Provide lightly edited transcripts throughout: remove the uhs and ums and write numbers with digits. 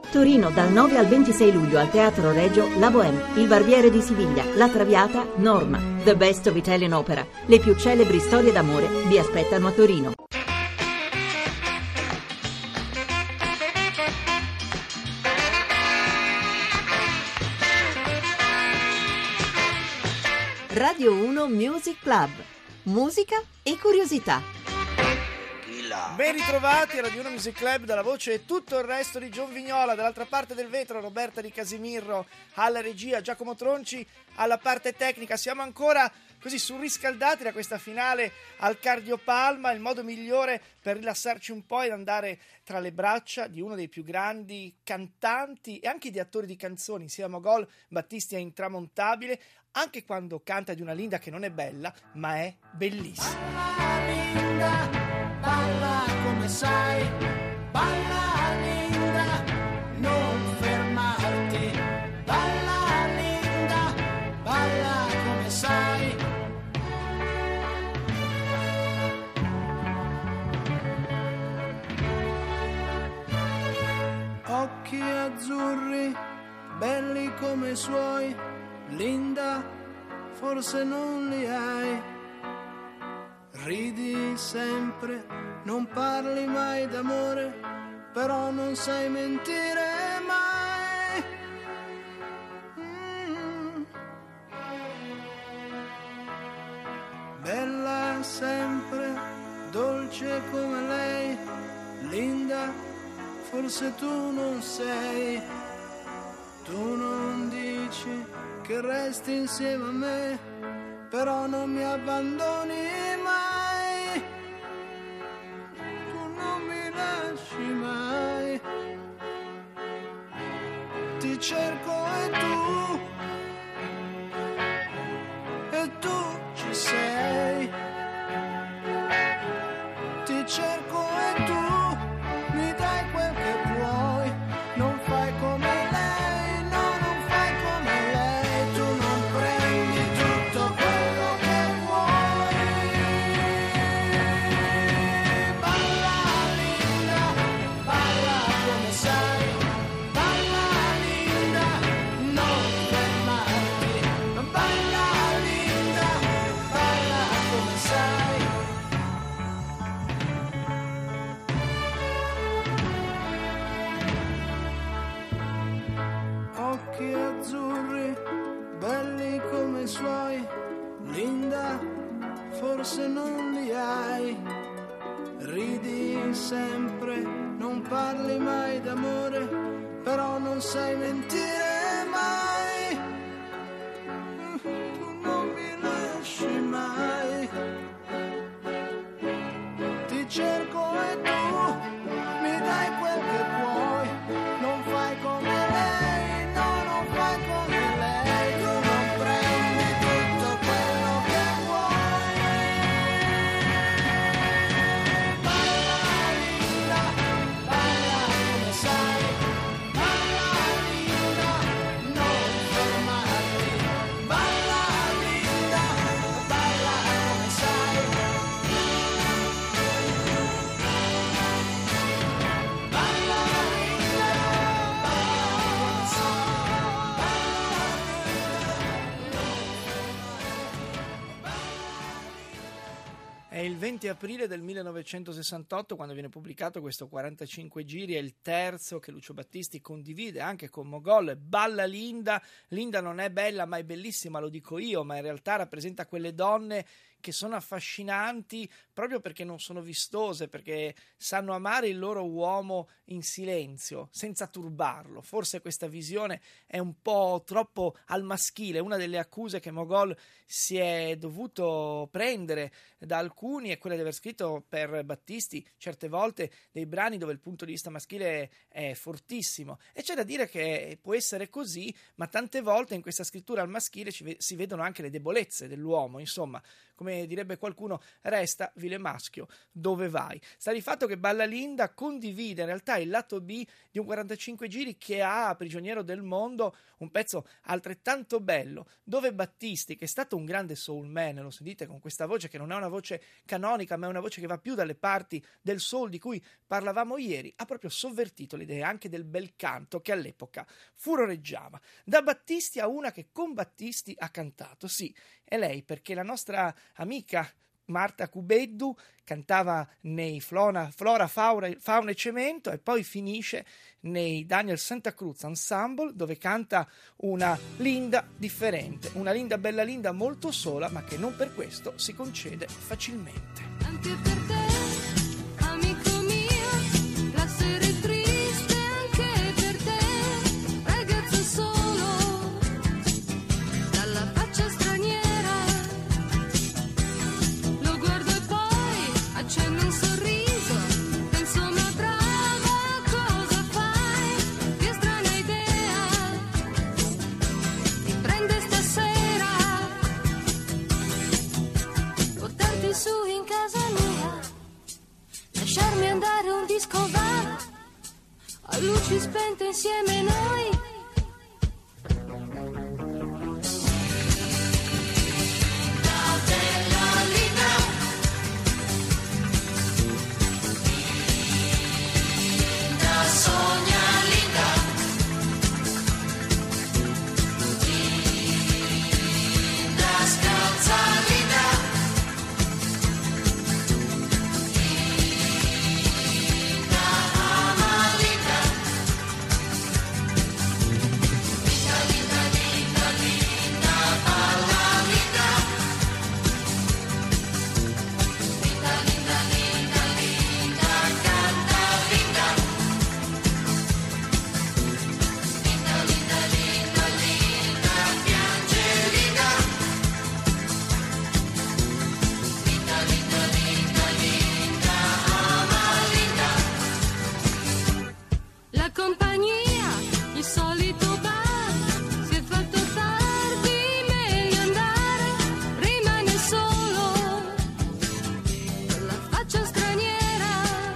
Torino dal 9 al 26 luglio al Teatro Regio La Bohème, Il Barbiere di Siviglia, La Traviata, Norma. The Best of Italian Opera. Le più celebri storie d'amore vi aspettano a Torino. Radio 1 Music Club. Musica e curiosità. Ben ritrovati a Radio 1 Music Club, dalla voce e tutto il resto di John Vignola, dall'altra parte del vetro Roberta Di Casimirro, alla regia Giacomo Tronci, alla parte tecnica. Siamo ancora così surriscaldati da questa finale al Cardiopalma, il modo migliore per rilassarci un po' ed andare tra le braccia di uno dei più grandi cantanti e anche di attori di canzoni. Insieme a Mogol, Battisti è intramontabile, anche quando canta di una Linda che non è bella, ma è bellissima. Balla Linda, balla come sai, balla Linda, non fermarti, balla Linda, balla come sai. Occhi azzurri, belli come i suoi, Linda, forse non li hai. Ridi sempre, non parli mai d'amore, però non sai mentire mai. Bella sempre, dolce come lei, Linda, forse tu non sei. Tu non dici che resti insieme a me, però non mi abbandoni mai. Tu non mi lasci mai. Ti cerco e tu ci sei. Ti cerco e tu mi dai quel che vuoi. Non fai come lei, no, non fai come lei. Tu non prendi tutto quello che vuoi. Balla Linda, balla come sai. Balla Linda, non fermarti. Balla Linda, balla come sai. Occhi azzurri, belli come i suoi, Linda, forse non li hai. Ridi sempre, non parli mai d'amore, però non sai mentire mai. Tu non mi lasci mai. Ti cerco e tu mi dai quel che vuoi. Non fai come lei, no, non fai come lei. Tu non prendi tutto quello che vuoi. Balla Linda, balla come sai. Balla Linda, non fermarti. Balla Linda, balla come sai. Balla Linda, È il 20 aprile del 1968 quando viene pubblicato questo 45 giri, è il terzo che Lucio Battisti condivide anche con Mogol. Balla Linda, Linda non è bella ma è bellissima, lo dico io, ma in realtà rappresenta quelle donne che sono affascinanti proprio perché non sono vistose, perché sanno amare il loro uomo in silenzio, senza turbarlo. Forse questa visione è un po' troppo al maschile. Una delle accuse che Mogol si è dovuto prendere da alcuni è quella di aver scritto per Battisti certe volte dei brani dove il punto di vista maschile è fortissimo, e c'è da dire che può essere così, ma tante volte in questa scrittura al maschile si vedono anche le debolezze dell'uomo. Insomma, come come direbbe qualcuno, resta vile maschio, dove vai? Sta di fatto che Balla Linda condivide in realtà il lato B di un 45 giri che ha Prigioniero del mondo, un pezzo altrettanto bello, dove Battisti, che è stato un grande soul man, lo sentite con questa voce che non è una voce canonica ma è una voce che va più dalle parti del soul di cui parlavamo ieri, ha proprio sovvertito l'idea anche del bel canto che all'epoca furoreggiava. Da Battisti a una che con Battisti ha cantato, sì, è lei, perché la nostra amica Marta Cubeddu cantava nei Flora, Fauna e Cemento e poi finisce nei Daniel Santa Cruz Ensemble, dove canta una Linda differente, una Linda bella Linda molto sola, ma che non per questo si concede facilmente. Anche per te, amico mio, la sera è triste anche per te, ragazzo solo, dalla faccia straniera, lo guardo e poi accenno un sorriso, penso ma brava cosa fai, che strana idea, ti prende stasera, portarti su in casa mia, lasciarmi andare un disco va, a luci spente insieme noi. Da bella Linda, da sogna Linda, da scalza Linda, la compagnia, il solito bar, si è fatto tardi, meglio andare, rimane solo, la faccia straniera,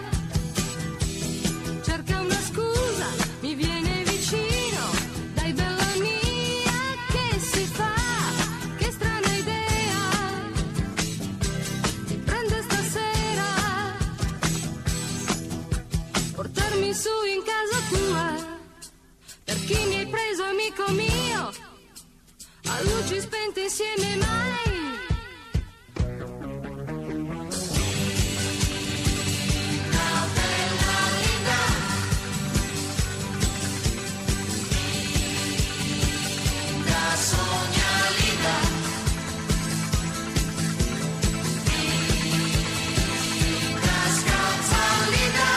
cerca una scusa, mi viene vicino, dai bella mia, che si fa, che strana idea, ti prende stasera, portarmi su in casa tua, per chi mi hai preso amico mio, a luci spente insieme mai. La bella Linda, da sogna Linda, da scalza Linda,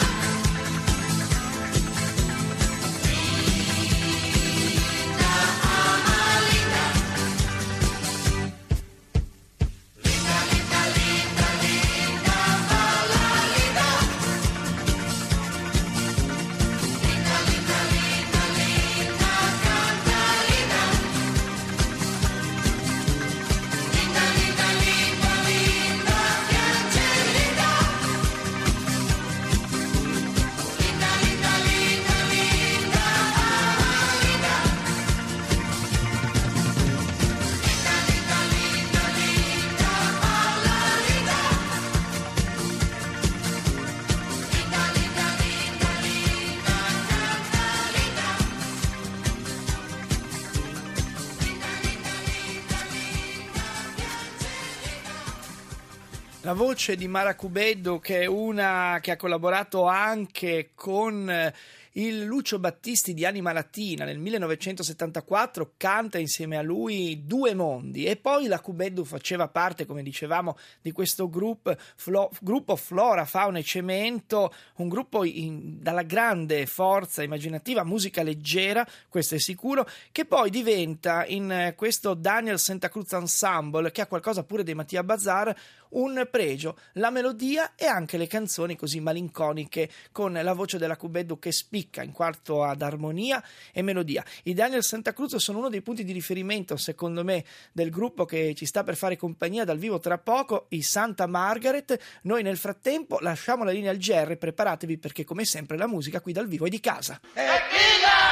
La voce di Mara Cubeddu, che è una che ha collaborato anche con il Lucio Battisti di Anima Latina nel 1974, canta insieme a lui Due Mondi, e poi la Cubeddu faceva parte, come dicevamo, di questo gruppo Flora, Fauna e Cemento, un gruppo dalla grande forza immaginativa, musica leggera, questo è sicuro, che poi diventa in questo Daniel Santa Cruz Ensemble, che ha qualcosa pure dei Mattia Bazar, un pregio, la melodia e anche le canzoni così malinconiche con la voce della Cubeddu che spicca ricca in quanto ad armonia e melodia. I Daniel Santa Cruz sono uno dei punti di riferimento, secondo me, del gruppo che ci sta per fare compagnia dal vivo tra poco, i Santa Margaret. Noi nel frattempo lasciamo la linea al GR, preparatevi perché come sempre la musica qui dal vivo è di casa. Tequila!